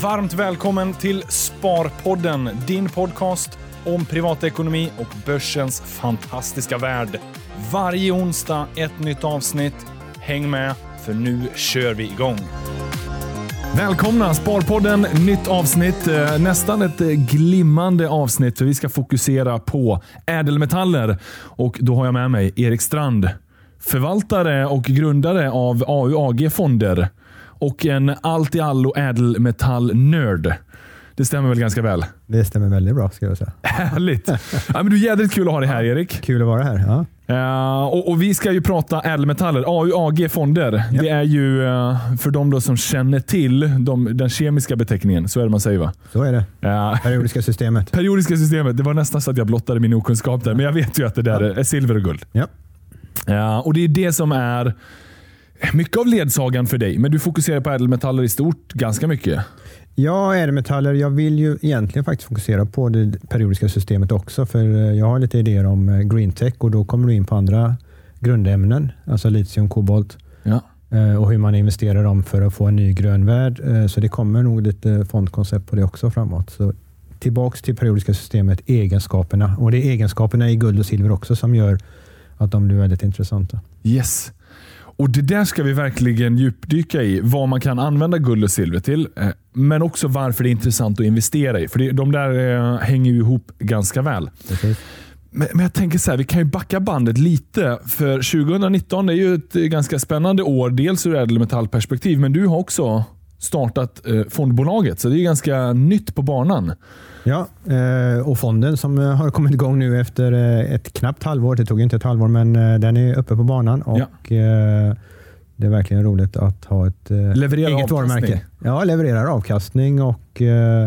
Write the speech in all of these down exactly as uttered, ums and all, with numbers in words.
Varmt välkommen till Sparpodden, din podcast om privatekonomi och börsens fantastiska värld. Varje onsdag ett nytt avsnitt. Häng med, för nu kör vi igång. Välkomna, Sparpodden, nytt avsnitt. Nästan ett glimmande avsnitt, för vi ska fokusera på ädelmetaller. Och då har jag med mig Erik Strand, förvaltare och grundare av A U A G-fonder. Och en allt i allo ädelmetall-nörd. Det stämmer väl ganska väl? Det stämmer väldigt bra, ska jag säga. Härligt. Ja, men du är jädrigt kul att ha dig här, Erik. Kul att vara här, ja. Uh, och, och vi ska ju prata ädelmetaller. A U A G-fonder. Yep. Det är ju uh, för de då som känner till de, den kemiska beteckningen. Så är det man säger, va? Så är det. Uh, periodiska systemet. Periodiska systemet. Det var nästan så att jag blottade min okunskap där. Men jag vet ju att det där ja. är silver och guld. Ja. Uh, och det är det som är mycket av ledsagan för dig. Men du fokuserar på ädelmetaller i stort ganska mycket. Ja, ädelmetaller. Jag vill ju egentligen faktiskt fokusera på det periodiska systemet också. För jag har lite idéer om green tech och då kommer du in på andra grundämnen. Alltså litium, kobolt. Ja. Och hur man investerar dem för att få en ny grön värld. Så det kommer nog lite fondkoncept på det också framåt. Så tillbaks till periodiska systemet, egenskaperna. Och det är egenskaperna i guld och silver också som gör att de blir väldigt intressanta. Yes. Och det där ska vi verkligen djupdyka i. Vad man kan använda guld och silver till. Men också varför det är intressant att investera i. För det, de där eh, hänger ju ihop ganska väl. Okay. Men, men jag tänker så här, vi kan ju backa bandet lite. För tjugonitton är ju ett ganska spännande år. Dels ur ädelmetallperspektiv. Men du har också startat eh, fondbolaget. Så det är ganska nytt på banan. Ja, och fonden som har kommit igång nu efter ett knappt halvår. Det tog inte ett halvår, men den är uppe på banan. Och ja. Det är verkligen roligt att ha ett levererar eget varumärke. Ja, levererar avkastning och eh,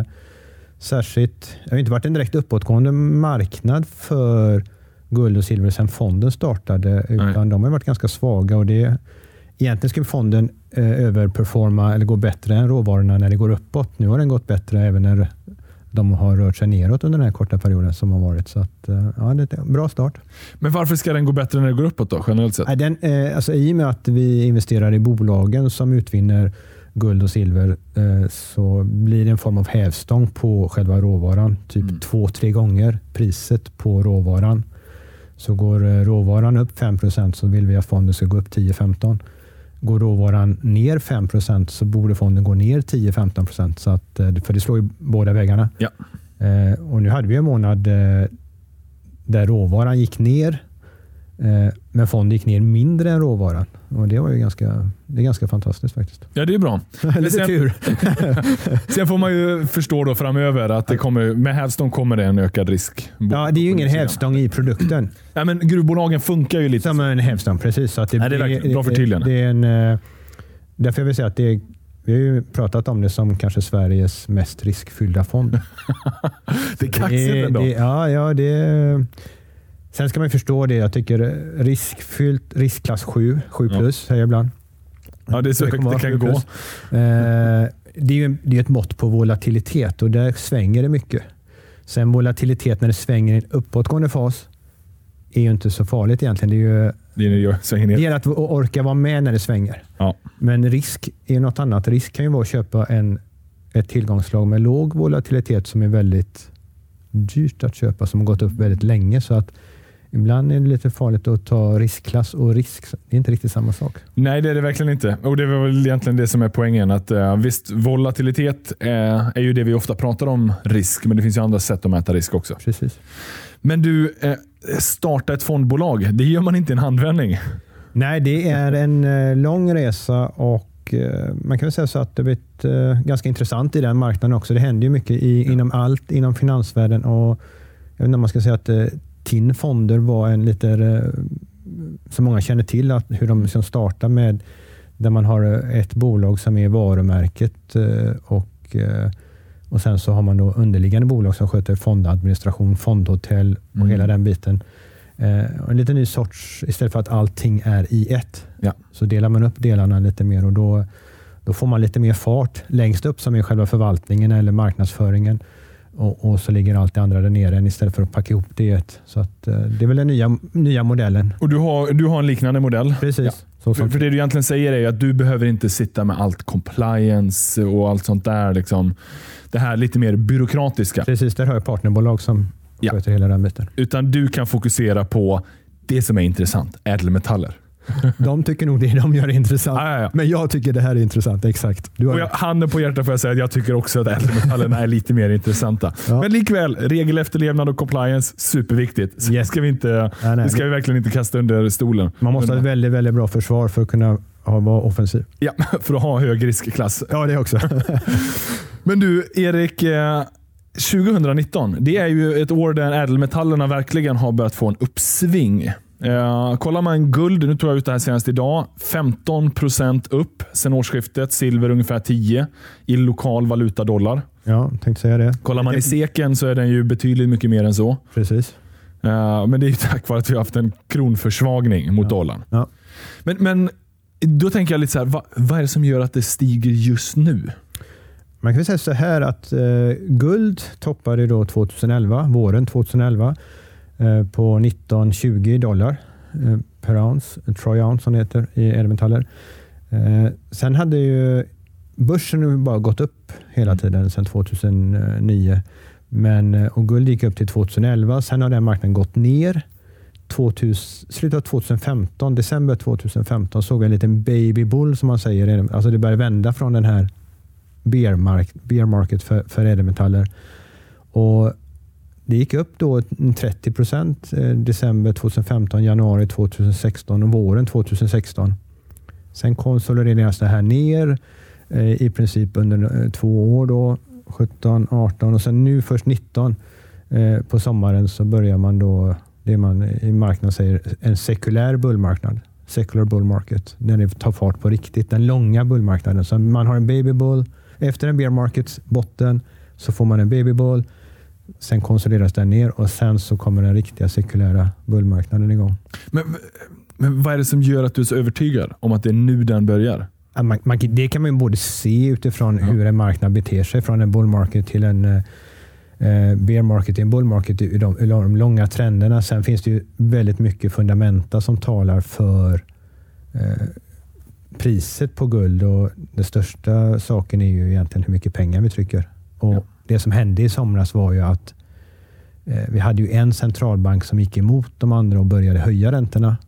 särskilt, det har inte varit en direkt uppåtgående marknad för guld och silver sedan fonden startade, utan Nej. de har varit ganska svaga och det egentligen ska fonden eh, överperforma eller gå bättre än råvarorna när det går uppåt. Nu har den gått bättre även när de har rört sig neråt under den här korta perioden som har varit. Så att, ja, det är en bra start. Men varför ska den gå bättre när det går uppåt då, generellt sett? Den, eh, alltså, i och med att vi investerar i bolagen som utvinner guld och silver eh, så blir det en form av hävstång på själva råvaran. Typ mm. två, tre gånger priset på råvaran. Så går eh, råvaran upp fem procent så vill vi att fonden ska gå upp tio till femton. Går råvaran ner fem procent så borde fonden gå ner tio till femton procent. Så att, för det slår ju båda vägarna. Ja. Eh, och nu hade vi en månad eh, där råvaran gick ner. Eh, men fonden gick ner mindre än råvaran. Och det var ju ganska, det är ganska fantastiskt faktiskt. Ja, det är bra. Lite sen, tur. Sen får man ju förstå då framöver att det kommer, med hävstång kommer det en ökad risk. Ja, det är ju ingen hävstång i produkten. Ja, men gruvbolagen funkar ju lite som en hävstång, precis. Så att det, ja, det är verkligen bra förtydligande. Det är en, därför jag vill säga att det är, vi har ju pratat om det som kanske Sveriges mest riskfyllda fond. Det är kaxigt ändå. Det, ja, ja, det sen ska man förstå det. Jag tycker riskfyllt, riskklass sju, sju plus, ja. säger jag ibland. Ja, det är så högt det kan gå. Eh, det är ju det är ett mått på volatilitet och där svänger det mycket. Sen volatilitet när det svänger i en uppåtgående fas är ju inte så farligt egentligen. Det är ju det gäller att orka vara med när det svänger. Ja. Men risk är något annat. Risk kan ju vara att köpa en, ett tillgångslag med låg volatilitet som är väldigt dyrt att köpa, som har gått upp väldigt länge. Så att ibland är det lite farligt att ta riskklass och risk. Det är inte riktigt samma sak. Nej, det är det verkligen inte. Och det är väl egentligen det som är poängen. Att, uh, visst, volatilitet uh, är ju det vi ofta pratar om risk, men det finns ju andra sätt att mäta risk också. Precis. Men du, uh, starta ett fondbolag, det gör man inte i en handvändning. Nej, det är en uh, lång resa och uh, man kan väl säga så att det har blivit uh, ganska intressant i den marknaden också. Det händer ju mycket i, ja. inom allt, inom finansvärlden och jag vet inte om man ska säga att uh, T I N-fonder var en lite, som många känner till, att hur de liksom startar med, där man har ett bolag som är varumärket och, och sen så har man då underliggande bolag som sköter fondadministration, fondhotell och mm. hela den biten. En lite ny sorts, istället för att allting är i ett, ja. så delar man upp delarna lite mer och då, då får man lite mer fart längst upp som är själva förvaltningen eller marknadsföringen. Och, och så ligger allt det andra där nere istället för att packa ihop det i ett. Så att, det är väl den nya, nya modellen. Och du har, du har en liknande modell? Precis. Ja. Så för, för det du egentligen säger är att du behöver inte sitta med allt compliance och allt sånt där. Liksom. Det här lite mer byråkratiska. Precis, där har jag partnerbolag som ja. sköter hela den biten. Utan du kan fokusera på det som är intressant, ädelmetaller. De tycker nog det de gör är intressant. Ah, ja, ja. Men jag tycker det här är intressant, exakt. Du har... och jag, handen på hjärtat får jag säga att jag tycker också att ädelmetallerna är lite mer intressanta. Ja. Men likväl, regelefterlevnad och compliance, superviktigt. Så yes. ska vi inte, nej, nej. Det ska vi verkligen inte kasta under stolen. Man måste ha ett väldigt, väldigt bra försvar för att kunna ha, vara offensiv. Ja, för att ha hög riskklass. Ja, det också. Men du, Erik, tjugonitton, det är ju ett år där ädelmetallerna verkligen har börjat få en uppsving. Uh, kollar man guld, nu tog jag ut det här senast idag, femton procent upp sen årsskiftet, silver ungefär tio i lokal valuta dollar. Ja, tänkte säga det. Kollar man i seken så är den ju betydligt mycket mer än så. Precis. Uh, men det är ju tack vare att vi har haft en kronförsvagning mot ja. dollarn. Ja. Men, men då tänker jag lite så här, vad, vad är det som gör att det stiger just nu? Man kan säga så här att uh, guld toppade då tjugoelva, våren tjugoelva. På nitton tjugo dollar per ounce, troy ounce som det heter i ädelmetaller. Sen hade ju börsen bara gått upp hela tiden sedan tjugohundranio. Men, och guld gick upp till tjugoelva. Sen har den marknaden gått ner. tvåtusen, slutet av tjugohundrafemton, december tjugohundrafemton såg vi en liten baby bull som man säger. Alltså det började vända från den här bear market, bear market för, för ädelmetaller. Och det gick upp då trettio procent december tjugohundrafemton, januari tjugohundrasexton och våren tjugohundrasexton. Sen konsoliderades det här ner eh, i princip under eh, två år då, sjutton, arton och sen nu först nitton eh, på sommaren så börjar man då, det man i marknaden säger en sekulär bullmarknad. Secular bull market. När det tar fart på riktigt. Den långa bullmarknaden. Så man har en baby bull. Efter en bear markets botten så får man en baby bull. Sen konsolideras den ner och sen så kommer den riktiga sekulära bullmarknaden igång. Men, men vad är det som gör att du är så övertygad om att det är nu den börjar? Man, man, det kan man ju både se utifrån ja. hur en marknad beter sig från en bull market till en eh, bear market till en bull market i de, i de långa trenderna. Sen finns det ju väldigt mycket fundamenta som talar för eh, priset på guld och den största saken är ju egentligen hur mycket pengar vi trycker. Och ja. Det som hände i somras var ju att eh, vi hade ju en centralbank som gick emot de andra och började höja räntorna.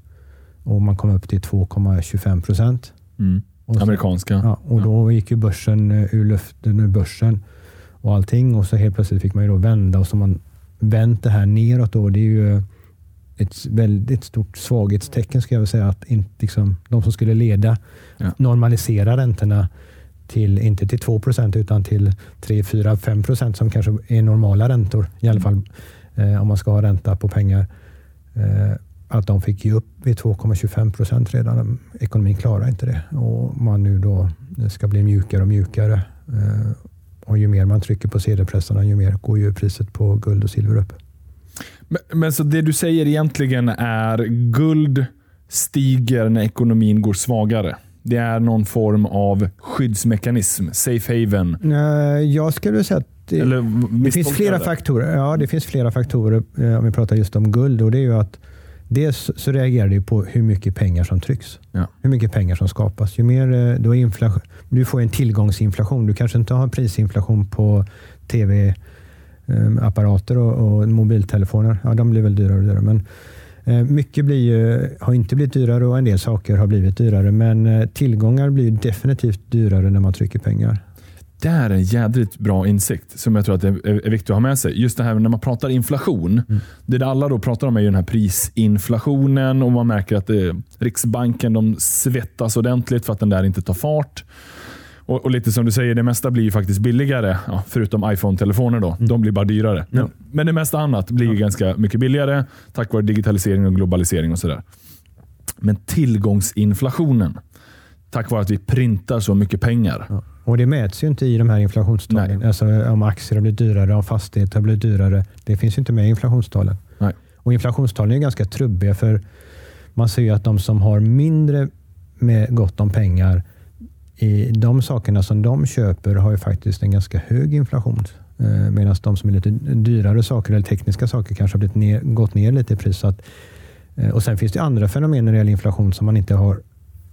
Och man kom upp till två komma tjugofem procent. Mm. Amerikanska. Ja, och då gick ju börsen ur luften ur börsen och allting. Och så helt plötsligt fick man ju då vända och så man vänt det här neråt då. Det är ju ett väldigt stort svaghetstecken ska jag väl säga att inte, liksom, de som skulle leda ja. normalisera räntorna till, inte till två procent utan till tre, fyra, fem procent som kanske är normala räntor i alla fall eh, om man ska ha ränta på pengar. Eh, att de fick ju upp vid två komma tjugofem procent redan. Ekonomin klarar inte det och man nu då ska bli mjukare och mjukare. Eh, och ju mer man trycker på sedelpressarna ju mer går ju priset på guld och silver upp. Men, men så det du säger egentligen är guld stiger när ekonomin går svagare? Det är någon form av skyddsmekanism, safe haven. Jag skulle säga att det, det finns flera det. faktorer. Ja, det finns flera faktorer om vi pratar just om guld. Och det är ju att dels så reagerar det på hur mycket pengar som trycks. Ja. Hur mycket pengar som skapas. Ju mer då inflation, du får en tillgångsinflation. Du kanske inte har prisinflation på tv-apparater och, och mobiltelefoner. Ja, de blir väl dyrare och dyrare. Men mycket blir ju, har inte blivit dyrare och en del saker har blivit dyrare. Men tillgångar blir definitivt dyrare när man trycker pengar. Det här är en jädrigt bra insikt som jag tror att det är viktigt att ha med sig. Just det här när man pratar inflation. Mm. Det där alla då pratar om är ju den här prisinflationen och man märker att det, Riksbanken de svettas ordentligt för att den där inte tar fart. Och, och lite som du säger, det mesta blir ju faktiskt billigare. Ja, förutom iPhone-telefoner då. Mm. De blir bara dyrare. Men, ja. men det mesta annat blir ju ja. ganska mycket billigare tack vare digitalisering och globalisering och sådär. Men tillgångsinflationen tack vare att vi printar så mycket pengar. Ja. Och det mäts ju inte i de här inflationstalen. Alltså om aktier har blivit dyrare, om fastigheter har blivit dyrare. Det finns ju inte med i inflationstalen. Nej. Och inflationstalen är ganska trubbiga för man ser ju att de som har mindre med gott om pengar i de sakerna som de köper har ju faktiskt en ganska hög inflation. Eh, medan de som är lite dyrare saker eller tekniska saker kanske har blivit ner, gått ner lite i pris. Så att, eh, och sen finns det andra fenomen när det gäller inflation som man inte har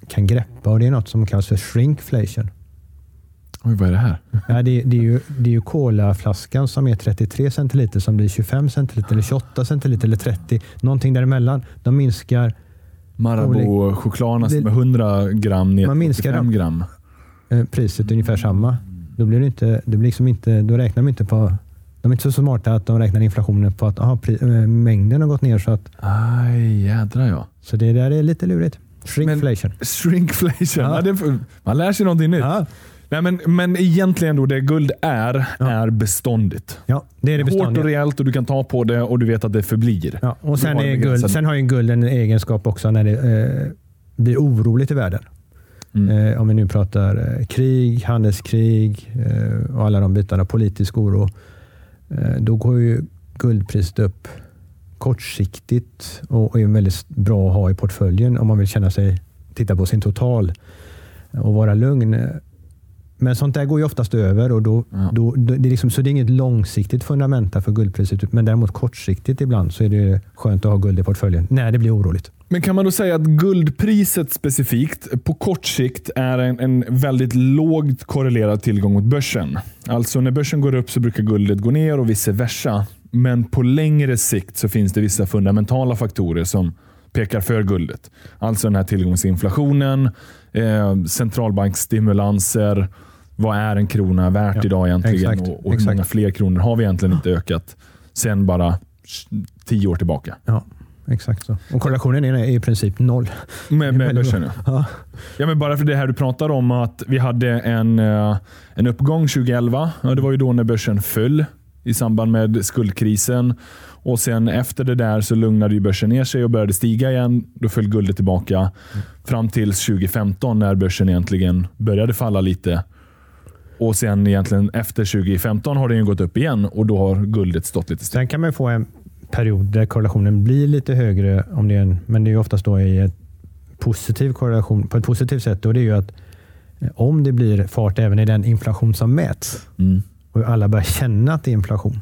kan greppa, och det är något som kallas för shrinkflation. Oj, vad är det här? Ja, det, det är ju, det är ju kolaflaskan som är trettiotre centiliter som blir tjugofem centiliter eller tjugoåtta centiliter eller trettio. Någonting däremellan. De minskar Marabou-chokladen med hundra gram ner till fem gram. Priset är ungefär samma. Då blir det inte, det blir liksom inte, då räknar de inte på, de är inte så smarta att de räknar inflationen på att aha, pri, mängden har gått ner så att. Aj, jädra ja. Så det där är lite lurigt. Shrinkflation. Men, shrinkflation. Ja. Ja, det, man lär sig någonting nytt. Ja. Nej, men, men egentligen då det guld är, ja. är beståndigt. Ja, det är det beståndigt. Hårt och rejält och du kan ta på det och du vet att det förblir. Ja, och sen, är guld, sen har ju guld en egenskap också när det eh, blir oroligt i världen. Mm. Eh, om vi nu pratar eh, krig, handelskrig eh, och alla de bitarna, politisk oro. Eh, då går ju guldpriset upp kortsiktigt och, och är väldigt bra att ha i portföljen om man vill känna sig, titta på sin total och vara lugn. Men sånt där går ju oftast över och då, ja. då, då det är liksom, så det är inget långsiktigt fundamenta för guldpriset, men däremot kortsiktigt ibland så är det skönt att ha guld i portföljen när det blir oroligt. Men kan man då säga att guldpriset specifikt på kort sikt är en, en väldigt lågt korrelerad tillgång mot börsen? Alltså när börsen går upp så brukar guldet gå ner och vice versa. Men på längre sikt så finns det vissa fundamentala faktorer som pekar för guldet. Alltså den här tillgångsinflationen, eh, centralbanksstimulanser, vad är en krona värt ja, idag egentligen exakt, och, och hur många fler kronor har vi egentligen inte ökat sen bara tio år tillbaka. Ja, exakt så. Och korrelationen är i princip noll. Med, med börsen, ja. Ja, men bara för det här du pratar om att vi hade en, en uppgång tjugoelva. Ja, det var ju då när börsen föll i samband med skuldkrisen. Och sen efter det där så lugnade ju börsen ner sig och började stiga igen. Då föll guldet tillbaka mm. fram till tjugo femton när börsen egentligen började falla lite. Och sen egentligen efter tjugo femton har den ju gått upp igen och då har guldet stått lite still. Sen kan man få en period där korrelationen blir lite högre, om det är en, men det är ju oftast då i ett positiv korrelation på ett positivt sätt, och det är ju att om det blir fart även i den inflation som mäts mm. och alla börjar känna att det är inflation,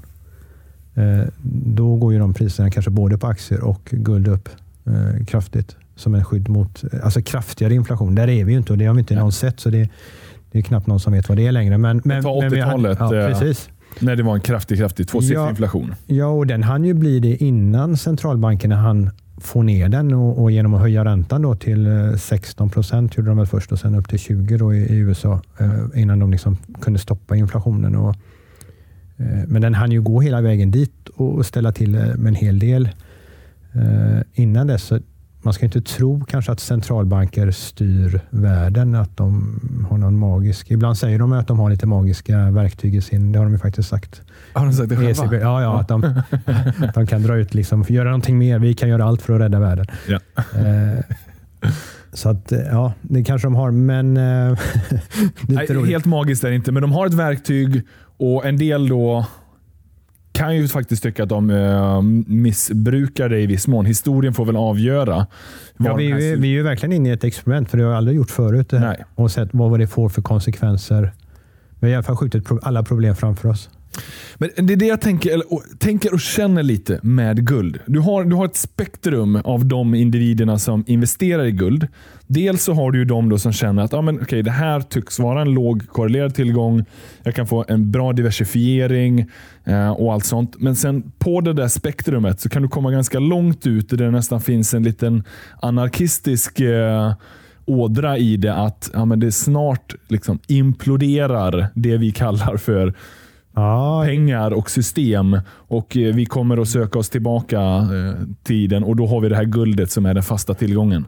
då går ju de priserna kanske både på aktier och guld upp eh, kraftigt som en skydd mot alltså kraftigare inflation. Där är vi ju inte och det har vi inte ja. någon sett, så det, det är knappt någon som vet vad det är längre. Men, men, ta åttiotalet, ja, precis. När det var en kraftig, kraftig tvåsiffrig ja, inflation. Ja, och den hann ju bli det innan centralbankerna hann få ner den och, och genom att höja räntan då till sexton procent gjorde de väl först och sen upp till tjugo då i, i U S A eh, innan de liksom kunde stoppa inflationen. Och men den hann ju gå hela vägen dit och ställa till med en hel del eh, innan dess. Så man ska inte tro kanske att centralbanker styr världen, att de har någon magisk. Ibland säger de att de har lite magiska verktyg i sin, det har de ju faktiskt sagt. Har de sagt det själva? Ja, ja, ja. Att, de, att de kan dra ut, liksom, göra någonting mer. Vi kan göra allt för att rädda världen. Ja. Eh, Så att, ja, det kanske de har, men eh, Nej, helt magiskt är det inte, men de har ett verktyg och en del då kan ju faktiskt tycka att de eh, missbrukar det i viss mån. Historien får väl avgöra. Ja, vi, är ju, vi är ju verkligen inne i ett experiment, för det har jag aldrig gjort förut det här. Nej. Och sett vad det får för konsekvenser. Vi har i alla fall skjutit alla problem framför oss. Men det är det jag tänker, eller, och, tänker och känner lite med guld. Du har, du har ett spektrum av de individerna som investerar i guld. Dels så har du ju de då som känner att ah, men, okay, det här tycks vara en låg korrelerad tillgång. Jag kan få en bra diversifiering eh, och allt sånt. Men sen på det där spektrumet så kan du komma ganska långt ut där det nästan finns en liten anarkistisk eh, ådra i det att ja, men det snart liksom imploderar det vi kallar för Ah, pengar och system, och vi kommer att söka oss tillbaka eh, tiden, och då har vi det här guldet som är den fasta tillgången.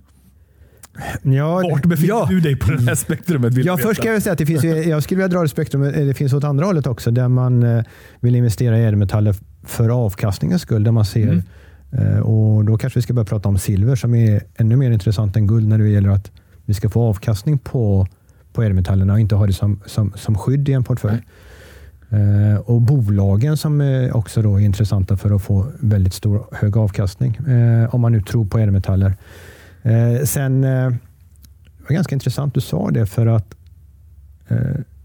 Ja, Vart befinner ja. du dig på det här spektrumet? Ja, först ska jag säga att det finns, jag skulle vilja dra det spektrumet, det finns åt andra hållet också, där man eh, vill investera i ädelmetaller för avkastningens skull, där man ser mm. eh, och då kanske vi ska börja prata om silver som är ännu mer intressant än guld när det gäller att vi ska få avkastning på, på ädelmetallerna och inte ha det som, som, som skydd i en portfölj. Nej. Uh, och bolagen som uh, också då är intressanta för att få väldigt stor hög avkastning uh, om man nu tror på ädelmetaller. Uh, sen uh, det var ganska intressant du sa det, för att uh,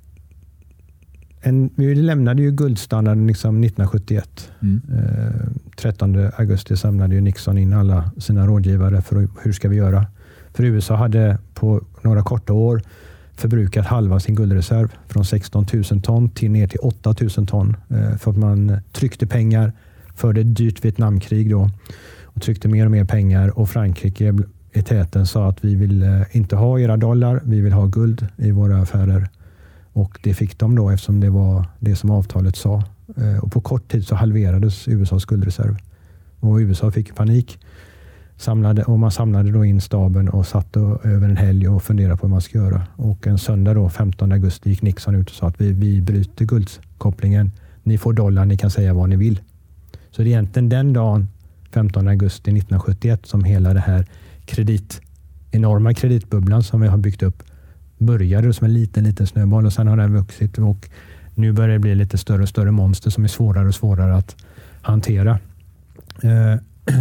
en, vi lämnade ju guldstandarden liksom nittonhundrasjuttioett. Mm. Uh, trettonde augusti samlade ju Nixon in alla sina rådgivare för hur ska vi göra För U S A hade på några korta år förbrukat halva sin guldreserv från sexton tusen ton till ner till åtta tusen ton. För att man tryckte pengar för det dyrt Vietnamkrig då. Och tryckte mer och mer pengar. Och Frankrike i täten sa att vi vill inte ha era dollar. Vi vill ha guld i våra affärer. Och det fick de då eftersom det var det som avtalet sa. Och på kort tid så halverades U S A:s guldreserv. Och U S A fick panik. Samlade, och man samlade då in staben och satt över en helg och funderade på vad man ska göra. Och en söndag då, femtonde augusti, gick Nixon ut och sa att vi, vi bryter guldkopplingen. Ni får dollar, ni kan säga vad ni vill. Så det är egentligen den dagen, femtonde augusti nittonhundrasjuttioett, som hela det här kredit, enorma kreditbubblan som vi har byggt upp började som en liten, liten snöboll och sen har den vuxit och nu börjar det bli lite större och större monster som är svårare och svårare att hantera. Eh,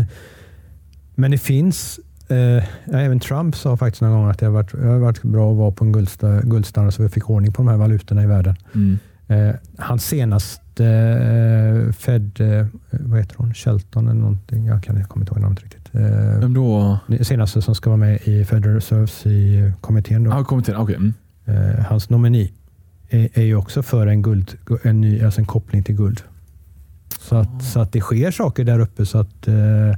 Men det finns, eh, även Trump sa faktiskt någon gång att det har varit, det har varit bra att vara på en guldsta, guldstandard så vi fick ordning på de här valutorna i världen. Mm. Eh, hans senaste eh, Fed, eh, vad heter hon? Shelton eller någonting, jag kan inte komma ihåg namnet riktigt. Eh, Vem då? Senaste som ska vara med i Federal Reserves i kommittén då. Ah, kommittén, okej. Okay. Mm. Eh, hans nomini är, är ju också för en guld, en ny, alltså en koppling till guld. Så att, oh. så att det sker saker där uppe så att eh,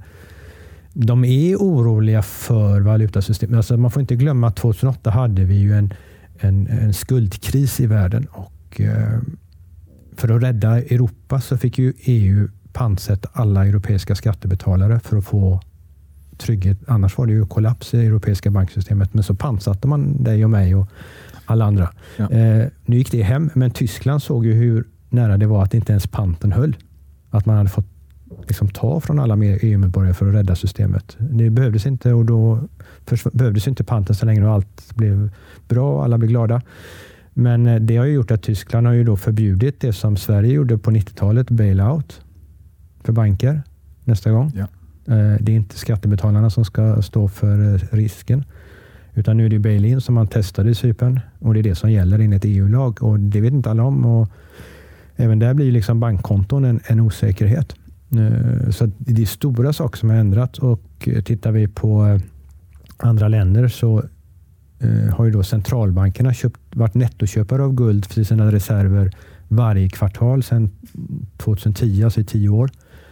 de är oroliga för valutasystemet. Alltså man får inte glömma att tjugohundraåtta hade vi ju en, en, en skuldkris i världen och eh, för att rädda Europa så fick ju E U pantsätta alla europeiska skattebetalare för att få trygghet. Annars var det ju kollaps i det europeiska banksystemet, men så pantsatte man dig och mig och alla andra. Ja. Eh, nu gick det hem, men Tyskland såg ju hur nära det var att inte ens panten höll. Att man hade fått liksom ta från alla E U-medborgare för att rädda systemet. Det behövdes inte och då behövdes inte panten så länge och allt blev bra och alla blev glada. Men det har ju gjort att Tyskland har ju då förbjudit det som Sverige gjorde på nittiotalet, bailout för banker nästa gång. Ja. Det är inte skattebetalarna som ska stå för risken. Utan nu är det bail-in som man testade i Cypern och det är det som gäller enligt E U-lag och det vet inte alla om och även där blir liksom bankkonton en, en osäkerhet. Så det är stora saker som har ändrats och tittar vi på andra länder så har ju då centralbankerna köpt, varit nettoköpare av guld för sina reserver varje kvartal sedan tjugohundratio, alltså i tio år.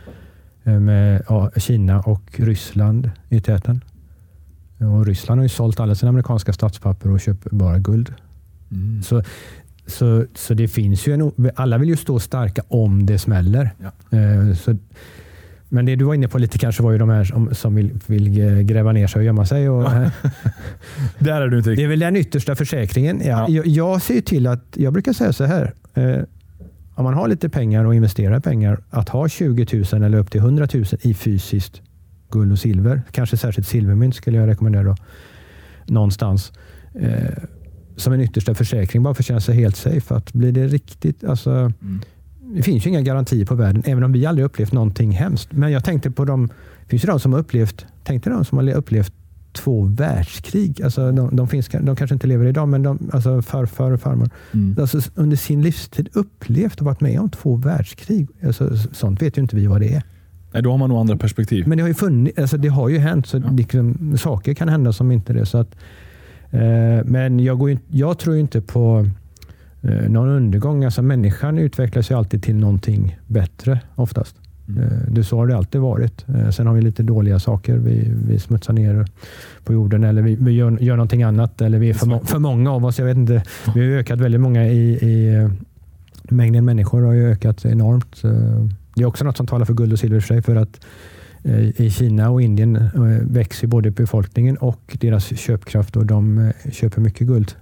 Med ja, Kina och Ryssland i täten. Och Ryssland har ju sålt alla sina amerikanska statspapper och köper bara guld. Mm. Så, så, så det finns ju en... Alla vill ju stå starka om det smäller. Ja. Eh, så, men det du var inne på lite kanske var ju de här som, som vill, vill gräva ner sig och gömma sig. Och, Där är du inte riktigt. Det är väl den yttersta försäkringen. Ja, ja. Jag, jag ser till att... Jag brukar säga så här... Eh, om man har lite pengar och investerar pengar, att ha tjugo tusen eller upp till hundra tusen i fysiskt guld och silver, kanske särskilt silvermynt skulle jag rekommendera då, någonstans eh, som en yttersta försäkring, bara för att känna sig helt safe. Att blir det riktigt, alltså mm. det finns ju inga garantier på världen, även om vi aldrig upplevt någonting hemskt. Men jag tänkte på de, det finns ju de som har upplevt, tänkte de som har upplevt två världskrig. Alltså de, de, finns, de kanske inte lever idag, men de, alltså farfar och farmor. Mm. Alltså under sin livstid upplevt och varit med om två världskrig. Alltså, sånt vet ju inte vi vad det är. Nej, då har man nog andra perspektiv. Men det har ju funnits, alltså det har ju hänt. Så ja. liksom, saker kan hända som inte det. Så att, eh, men jag, går ju, jag tror ju inte på eh, någon undergång. Alltså människan utvecklas ju alltid till någonting bättre oftast. Det så har det alltid varit. Sen har vi lite dåliga saker. Vi, vi smutsar ner på jorden eller vi, vi gör, gör någonting annat. Eller vi är för, må, för många av oss. Jag vet inte. Vi har ökat väldigt många i, i mängden människor har ju ökat enormt. Det är också något som talar för guld och silver för sig. För att i Kina och Indien växer både befolkningen och deras köpkraft och de köper mycket guld.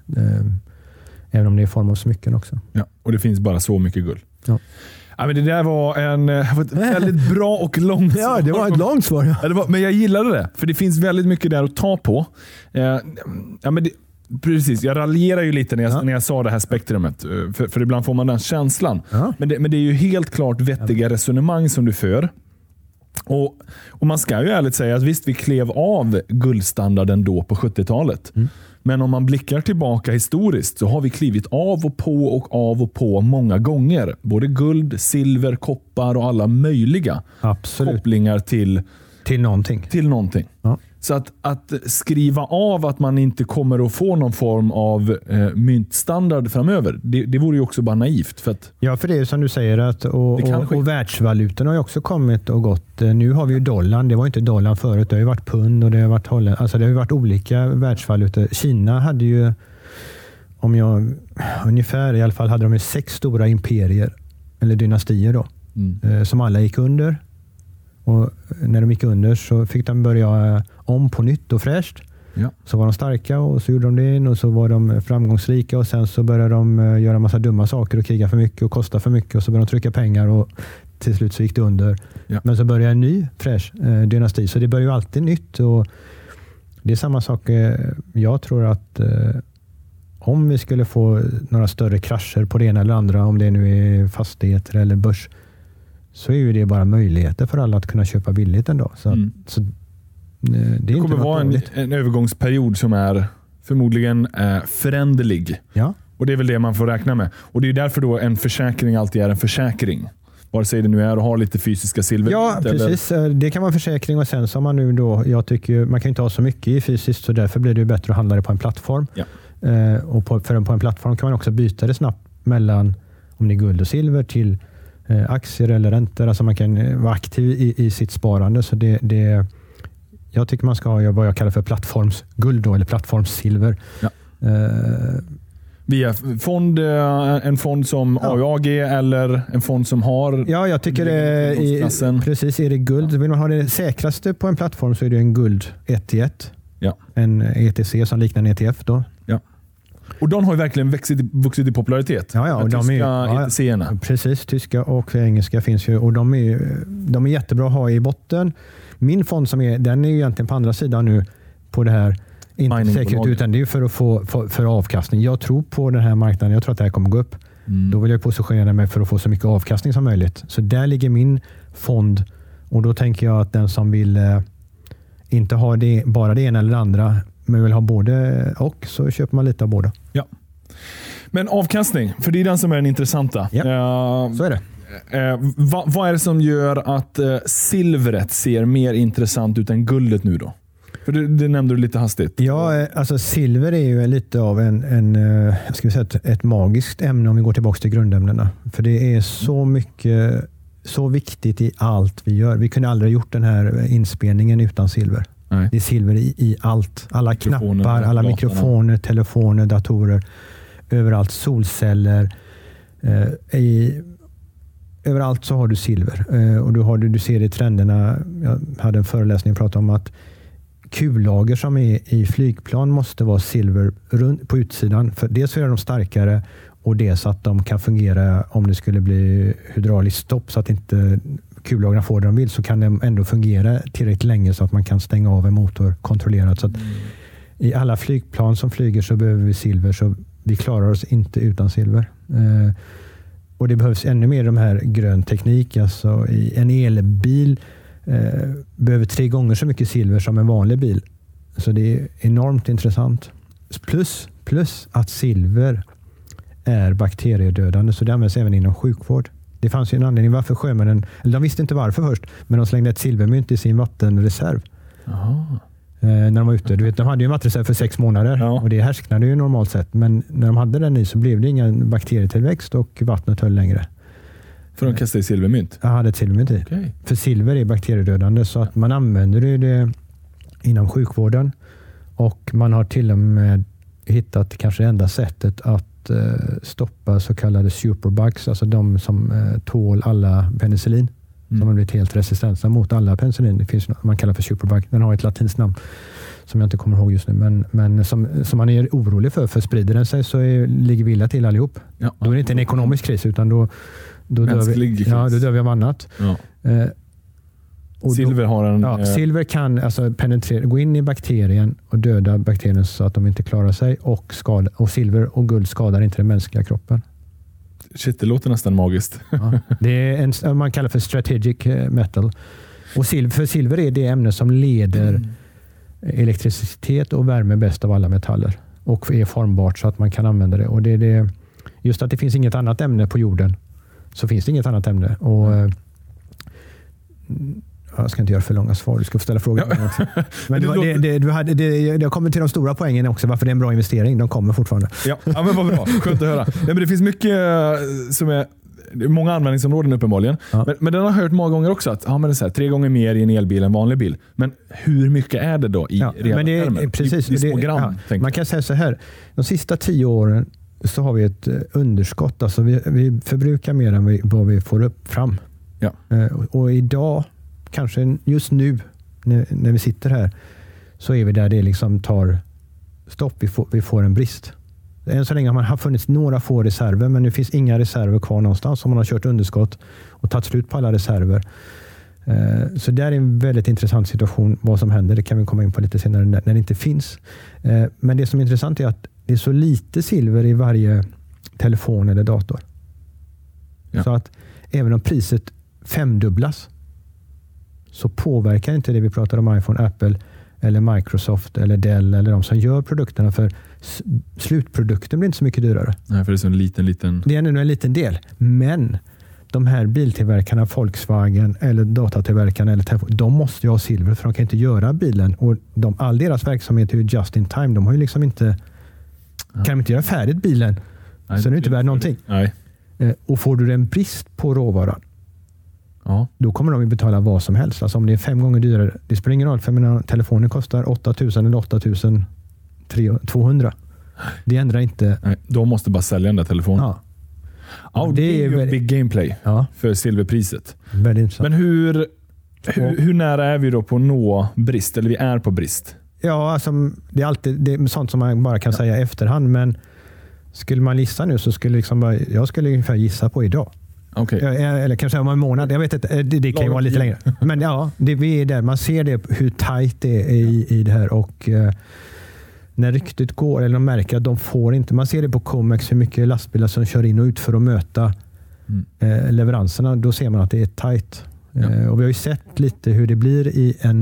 Även om det är i form av smycken också. Ja, och det finns bara så mycket guld. Ja. Ja, men det där var en ett väldigt bra och långt svar. Ja, det var ett långt svar. Ja. Ja, det var, men jag gillade det, för det finns väldigt mycket där att ta på. Eh, ja, men det, precis, jag raljerar ju lite när jag, ja. när jag sa det här spektrumet. För, för ibland får man den känslan. Ja. Men, det, men det är ju helt klart vettiga ja. resonemang som du för. Och, och man ska ju ärligt säga att visst, vi klev av guldstandarden då på sjuttiotalet. Mm. Men om man blickar tillbaka historiskt så har vi klivit av och på och av och på många gånger. Både guld, silver, koppar och alla möjliga Absolut. kopplingar till, till någonting. Till någonting. Ja. Så att, att skriva av att man inte kommer att få någon form av eh, myntstandard framöver, det, det vore ju också bara naivt. För att, ja, för det är som du säger, att, och, och, och världsvalutan har ju också kommit och gått. Nu har vi ju dollarn, det var inte dollarn förut, det har ju varit pund och det har varit Holland, alltså det har ju varit olika världsvalutor. Kina hade ju, om jag ungefär i alla fall, hade de ju sex stora imperier, eller dynastier då, mm. eh, som alla gick under. Och när de gick under så fick de börja om på nytt och fräscht. Ja. Så var de starka och så gjorde de det in och så var de framgångsrika och sen så började de göra massa dumma saker och kriga för mycket och kosta för mycket och så började de trycka pengar och till slut så gick det under. Ja. Men så började en ny fräsch eh, dynasti, så det börjar ju alltid nytt och det är samma sak. Eh, jag tror att eh, om vi skulle få några större krascher på det ena eller andra, om det nu är fastigheter eller börs, så är ju det bara möjligheter för alla att kunna köpa billigt ändå. Så, mm. så det, är det kommer vara en, en övergångsperiod som är förmodligen eh, föränderlig. Ja. Och det är väl det man får räkna med. Och det är därför då en försäkring alltid är en försäkring. Vare sig det nu är att ha lite fysiska silver. Ja, precis. Eller? Det kan vara en försäkring och sen som man nu då, jag tycker man kan inte ha så mycket i fysiskt, så därför blir det ju bättre att handla det på en plattform. Ja. Eh, och på, för på en plattform kan man också byta det snabbt mellan, om det är guld och silver, till aktier eller räntor. Alltså man kan vara aktiv i, i sitt sparande. Så det, det, jag tycker man ska ha vad jag kallar för plattformsguld då, eller plattformssilver. Ja. Uh, Via fond, en fond som ja. A A G eller en fond som har... Ja, jag tycker det är, precis, är det guld. Vill man ha det säkraste på en plattform så är det en guld ett till ett. Ja. En E T C som liknar en E T F då. Ja. Och de har ju verkligen vuxit, vuxit i popularitet. Ja, ja, och de tyska är, ja, E T C-erna. Precis, tyska och engelska finns ju. Och de är, de är jättebra att ha i botten. Min fond som är, den är ju egentligen på andra sidan nu på det här, inte säkert, utan det är för att få för, för avkastning. Jag tror på den här marknaden, jag tror att det här kommer gå upp. Mm. Då vill jag positionera mig för att få så mycket avkastning som möjligt. Så där ligger min fond. Och då tänker jag att den som vill eh, inte ha det, bara det ena eller det andra, men vill ha både och, så köper man lite av båda. Ja. Men avkastning, för det är den som är den intressanta. Ja, uh, så är det. Uh, vad, vad är det som gör att uh, silvret ser mer intressant ut än guldet nu då? För det, det nämnde du lite hastigt. Ja, alltså silver är ju lite av en, en uh, ska vi säga, ett, ett magiskt ämne om vi går tillbaka till grundämnena. För det är så mycket, så viktigt i allt vi gör. Vi kunde aldrig ha gjort den här inspelningen utan silver. Nej. Det är silver i, i allt. Alla knappar, alla mikrofoner, telefoner, datorer. Överallt, solceller. Eh, i, överallt så har du silver. Eh, och du, har, du ser det i trenderna. Jag hade en föreläsning och pratade om att kullager som är i flygplan måste vara silver runt, på utsidan. För dels är de starkare och dels att de kan fungera om det skulle bli hydrauliskt stopp så att inte kullagren får det de vill, så kan de ändå fungera tillräckligt länge så att man kan stänga av en motor kontrollerat. Så att mm. i alla flygplan som flyger så behöver vi silver, så vi klarar oss inte utan silver. Eh, och det behövs ännu mer de här grön teknik. Alltså i en elbil eh, behöver tre gånger så mycket silver som en vanlig bil. Så det är enormt intressant. Plus, plus att silver är bakteriedödande, så det används även inom sjukvård. Det fanns ju en anledning varför sjömännen, eller de visste inte varför först, men de slängde ett silvermynt i sin vattenreserv. Aha. Eh, när de var ute. Du vet, de hade ju en vattenreserv för sex månader ja. och det härsknade ju normalt sett. Men när de hade den i så blev det ingen bakterietillväxt och vattnet höll längre. För de kastade i silvermynt? Jag hade ett silvermynt i. Okay. För silver är bakteriedödande, så att man använder det inom sjukvården. Och man har till och med hittat kanske det enda sättet att stoppa så kallade superbugs, alltså de som eh, tål alla penicillin, mm. som har blivit helt resistenta mot alla penicillin. Det finns något man kallar för superbug. Den har ett latinskt namn som jag inte kommer ihåg just nu, men, men som, som man är orolig för, för sprider den sig så är, ligger vi illa till allihop. Ja. Då är det inte en ekonomisk kris, utan då, då, dör, vi, ja, då dör vi av annat. Ja. Eh, Och silver har en... Ja, silver kan alltså penetrera, gå in i bakterien och döda bakterien så att de inte klarar sig. Och, skada, och silver och guld skadar inte den mänskliga kroppen. Shit, det låter nästan magiskt. Ja, det är en, man kallar för strategic metal. Och silver, för silver är det ämne som leder mm. elektricitet och värme bäst av alla metaller. Och är formbart så att man kan använda det. Och det är det, just att det finns inget annat ämne på jorden, så finns det inget annat ämne. Och... Mm. Jag ska inte göra för långa svar, du ska få ställa frågor. Ja. Men det, det, det, du hade, det, jag kommer till de stora poängen också, varför det är en bra investering. De kommer fortfarande. Ja, ja men vad bra. Skönt att höra. Nej, men det finns mycket som är många användningsområden uppenbarligen. Ja. Men, men den har hört många gånger också att ja, men det är så här, tre gånger mer i en elbil än vanlig bil. Men hur mycket är det då i ja, reella termer? Precis, I, i små det, gram, ja, man kan säga så här. De sista tio åren så har vi ett underskott. Alltså vi, vi förbrukar mer än vi, vad vi får upp fram. Ja. Och, och idag, kanske just nu när, när vi sitter här, så är vi där det liksom tar stopp. Vi får, vi får en brist. Än så länge har man funnits några få reserver, men nu finns inga reserver kvar någonstans. Om man har kört underskott och tagit slut på alla reserver. Så det är en väldigt intressant situation. Vad som händer, det kan vi komma in på lite senare när det inte finns. Men det som är intressant är att det är så lite silver i varje telefon eller dator. Ja. Så att även om priset femdubblas så påverkar inte det vi pratar om iPhone, Apple eller Microsoft eller Dell eller de som gör produkterna, för slutprodukten blir inte så mycket dyrare. Nej, för det är så en liten, liten... Det är ändå en liten del. Men de här biltillverkarna, Volkswagen eller datatillverkarna, eller telefon, de måste ju ha silver för de kan inte göra bilen. Och de, all deras verksamhet är ju just in time. De har ju liksom inte... Ja. Kan de inte göra färdigt bilen, nej, så är det inte värd någonting. Nej. Och får du en brist på råvaran, ja, då kommer de att betala vad som helst. Alltså om det är fem gånger dyrare, det spelar ingen roll, för mina telefoner kostar åtta tusen eller åtta tusen tvåhundra. Det ändrar inte. Nej, de måste bara sälja den där telefonen. Ja. Ja, det, det är ju väldigt... big gameplay, ja, för silverpriset. Väldigt intressant. Men hur, hur, hur nära är vi då på att nå brist? Eller vi är på brist? Ja, alltså, det är alltid det är sånt som man bara kan ja. säga i efterhand. Men skulle man gissa nu så skulle liksom bara, jag skulle ungefär gissa på idag. Okay. Eller kanske om en månad. Jag vet inte, det, det kan ju vara lite längre. Men ja, det, vi är där. Man ser det, hur tajt det är i, i det här. Och eh, när ryktet går, eller de märker att de får inte. Man ser det på Comex, hur mycket lastbilar som kör in och ut för att möta mm. eh, leveranserna. Då ser man att det är tajt. Ja. Eh, och vi har ju sett lite hur det blir i en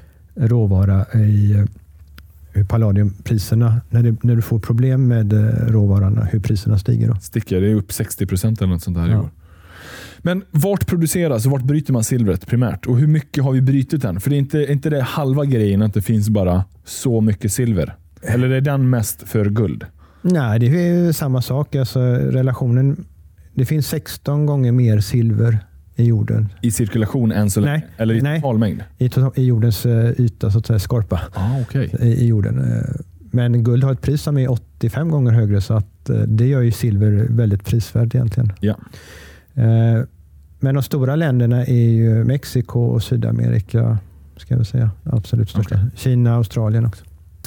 råvara i hur palladiumpriserna, när, det, när du får problem med råvarorna, hur priserna stiger då. Sticker, det är upp sextio procent eller något sånt här ja. i år. Men vart produceras och vart bryter man silvret primärt? Och hur mycket har vi brytit än? För det är inte, inte det halva grejen att det finns bara så mycket silver. Eller är den mest för guld? Nej, det är samma sak. Alltså, relationen, det finns sexton gånger mer silver i jorden. I cirkulation än så länge? Nej, eller i nej, totalmängd? I, i jordens uh, yta, så att säga, skorpa. Ah, okay. I, I jorden. Men guld har ett pris som är åttiofem gånger högre, så att uh, det gör ju silver väldigt prisvärt egentligen. Ja. Uh, men de stora länderna är ju Mexiko och Sydamerika, ska jag säga. Absolut största. Okay. Kina, Australien också.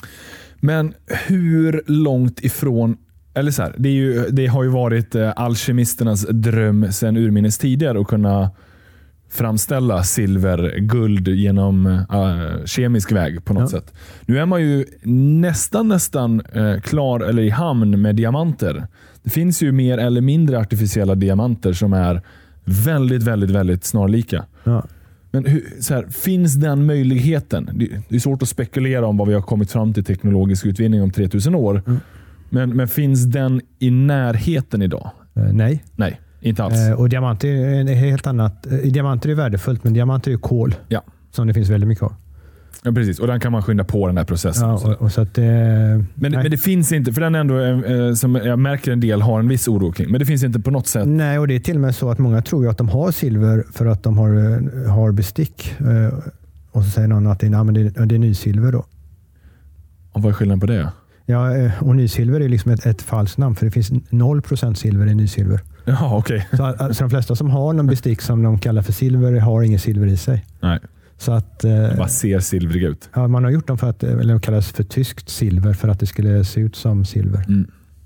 Men hur långt ifrån, eller så här, det, är ju, det har ju varit eh, alkemisternas dröm sedan urminnes tidigare att kunna framställa silver, guld genom eh, kemisk väg på något ja. sätt. Nu är man ju nästan nästan eh, klar eller i hamn med diamanter. Det finns ju mer eller mindre artificiella diamanter som är väldigt, väldigt, väldigt snarlika. Ja. Men hur, så här, finns den möjligheten? Det är svårt att spekulera om vad vi har kommit fram till teknologisk utvinning om tre tusen år. Mm. Men, men finns den i närheten idag? Uh, nej. Nej, inte alls. Uh, och diamanter är helt annat. Uh, diamanter är värdefullt, men diamanter är kol. Ja. Som det finns väldigt mycket av. Ja, precis. Och den kan man skynda på den här processen. Ja, och, och så att, eh, men, men det finns inte, för den ändå, eh, som jag märker en del, har en viss oro kring. Men det finns inte på något sätt. Nej, och det är till och med så att många tror ju att de har silver för att de har, har bestick. Eh, och så säger någon att det är, nej, men det, det är nysilver då. Och vad är skillnaden på det? Ja, och nysilver är liksom ett, ett falskt namn, för det finns noll procent silver i nysilver. Ja, okej. Okay. Så alltså, de flesta som har någon bestick som de kallar för silver har ingen silver i sig. Nej. Så att, eh, bara ser silvrig ut. Ja, man har gjort dem för att, eller det kallas för tyskt silver, för att det skulle se ut som silver. Mm.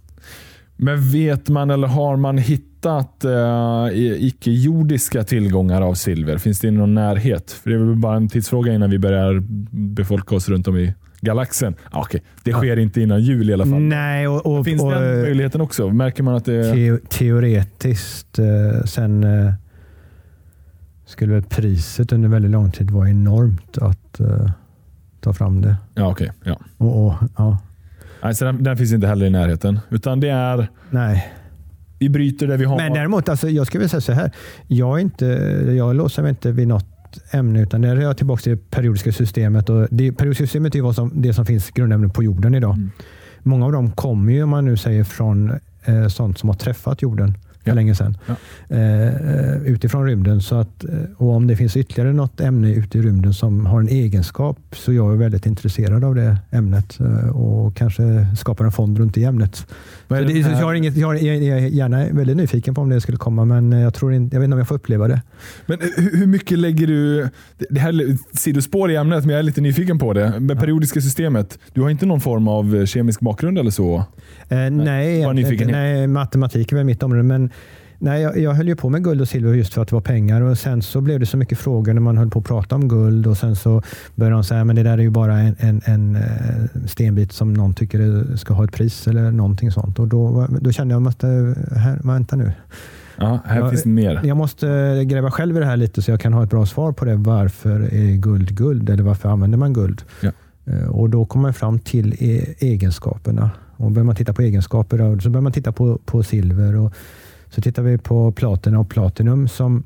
Men vet man, eller har man hittat eh, icke-jordiska tillgångar av silver? Finns det i någon närhet? För det är väl bara en tidsfråga innan vi börjar befolka oss runt om i galaxen. Ah, okay. Det sker ja. inte innan jul i alla fall. Nej, och, och, finns och, den möjligheten också? Märker man att det te- teoretiskt eh, sen eh, skulle väl priset under väldigt lång tid vara enormt att uh, ta fram det. Ja, okej. Okay. Ja. Och, och, ja. Alltså, den, den finns inte heller i närheten. Utan det är... Nej. Vi bryter det vi har. Men däremot, alltså, jag skulle vilja säga så här. Jag, är inte, jag låser mig inte vid något annat ämne, utan det är jag tillbaka till det periodiska systemet. Och det periodiska systemet är vad som, det som finns grundämnen på jorden idag. Mm. Många av dem kommer ju, om man nu säger, från eh, sånt som har träffat jorden för ja. länge sedan. Ja. Eh, utifrån rymden. Så att, och om det finns ytterligare något ämne ute i rymden som har en egenskap, så jag är väldigt intresserad av det ämnet eh, och kanske skapar en fond runt det ämnet. Så det, jag, har inget, jag, är, jag är gärna väldigt nyfiken på om det skulle komma, men jag, tror inte, jag vet inte om jag får uppleva det. Men hur, hur mycket lägger du, det här sidospår i ämnet, men jag är lite nyfiken på det. Med periodiska systemet, du har inte någon form av kemisk bakgrund eller så? Eh, nej, jag, nej, matematik är väl mitt område, men nej, jag, jag höll ju på med guld och silver just för att det var pengar, och sen så blev det så mycket frågor när man höll på att prata om guld, och sen så började de säga men det där är ju bara en, en, en stenbit som någon tycker ska ha ett pris eller någonting sånt, och då, då kände jag att jag måste, här, vänta nu. Ja, här jag, finns det mer. Jag måste gräva själv i det här lite så jag kan ha ett bra svar på det. Varför är guld guld, eller varför använder man guld? Ja. Och då kommer man fram till egenskaperna, och börjar man titta på egenskaper då, så börjar man titta på, på silver, och så tittar vi på platina och platinum som,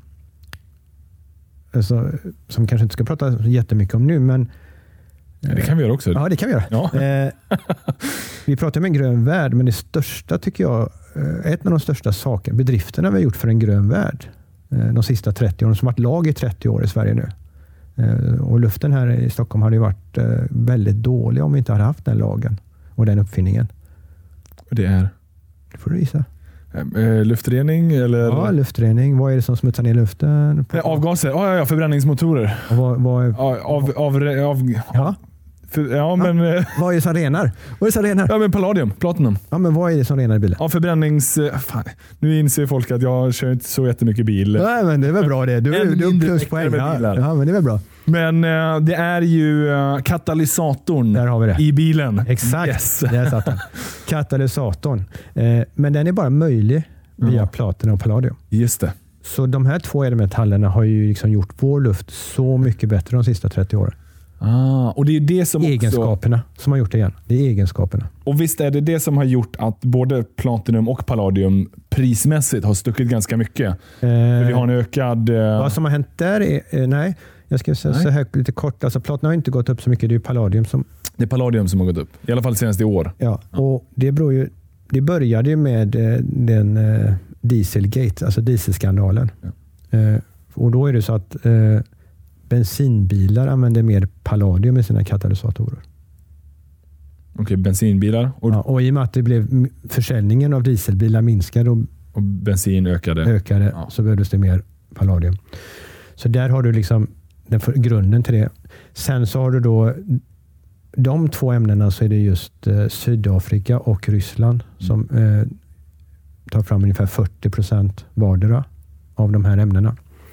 alltså, som kanske inte ska prata jättemycket om nu, men ja, det kan vi göra också. Ja, det kan vi göra. Ja. Eh, vi pratar om en grön värld, men det största tycker jag, eh, ett av de största sakerna, bedrifterna vi har gjort för en grön värld eh, de sista trettio åren, som varit lag i trettio år i Sverige nu. Eh, och luften här i Stockholm hade ju varit eh, väldigt dålig om vi inte hade haft den lagen och den uppfinningen. Och det är? Det får du visa. Luftrening eller? Ja, luftrening. Vad är det som smutsar ner luften? På? Avgaser. Ja, ja, förbränningsmotorer. Och vad, vad är... ja, av, av, av, ja. För, ja, men... Ja. Vad är det som renar? Vad är det som renar? Ja, men palladium, platinum. Ja, men vad är det som renar i bilen? Ja, förbrännings... Fan. Nu inser folk att jag kör inte så jättemycket bil. Nej, men det är väl bra det. Du är pluspoäng. Ja, ja, men det är väl bra. Men uh, det är ju uh, katalysatorn Där har vi det. I bilen. Exakt, yes. Där satt den. Katalysatorn. Eh, men den är bara möjlig via mm. platina och palladium. Just det. Så de här två ädelmetallerna har ju liksom gjort vår luft så mycket bättre de sista trettio åren. Ah, och det är det som egenskaperna också... som har gjort det igen. Det är egenskaperna. Och visst är det det som har gjort att både platinum och palladium prismässigt har stuckit ganska mycket. Eh, För vi har en ökad... Eh... Vad som har hänt där är... Eh, nej, jag ska säga så här lite kort. Alltså, platina har inte gått upp så mycket. Det är palladium som... Det är palladium som har gått upp. I alla fall senast i år. Ja, ja. Och det beror ju... Det började ju med eh, den eh, Dieselgate, alltså dieselskandalen. Ja. Eh, och då är det så att... Eh, bensinbilar använder mer palladium i sina katalysatorer. Okej, okay, bensinbilar. Och, ja, och i och med att det blev försäljningen av dieselbilar minskade och, och bensin ökade, ökade ja. Så behövdes det mer palladium. Så där har du liksom den för, grunden till det. Sen så har du då de två ämnena, så är det just eh, Sydafrika och Ryssland mm. som eh, tar fram ungefär fyrtio procent vardera av de här ämnena.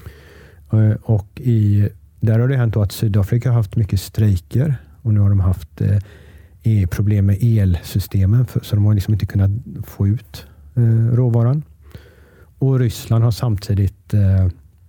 Eh, och i där har det hänt att Sydafrika har haft mycket strejker, och nu har de haft eh, problem med elsystemen, för, så de har liksom inte kunnat få ut eh, råvaran. Och Ryssland har samtidigt eh,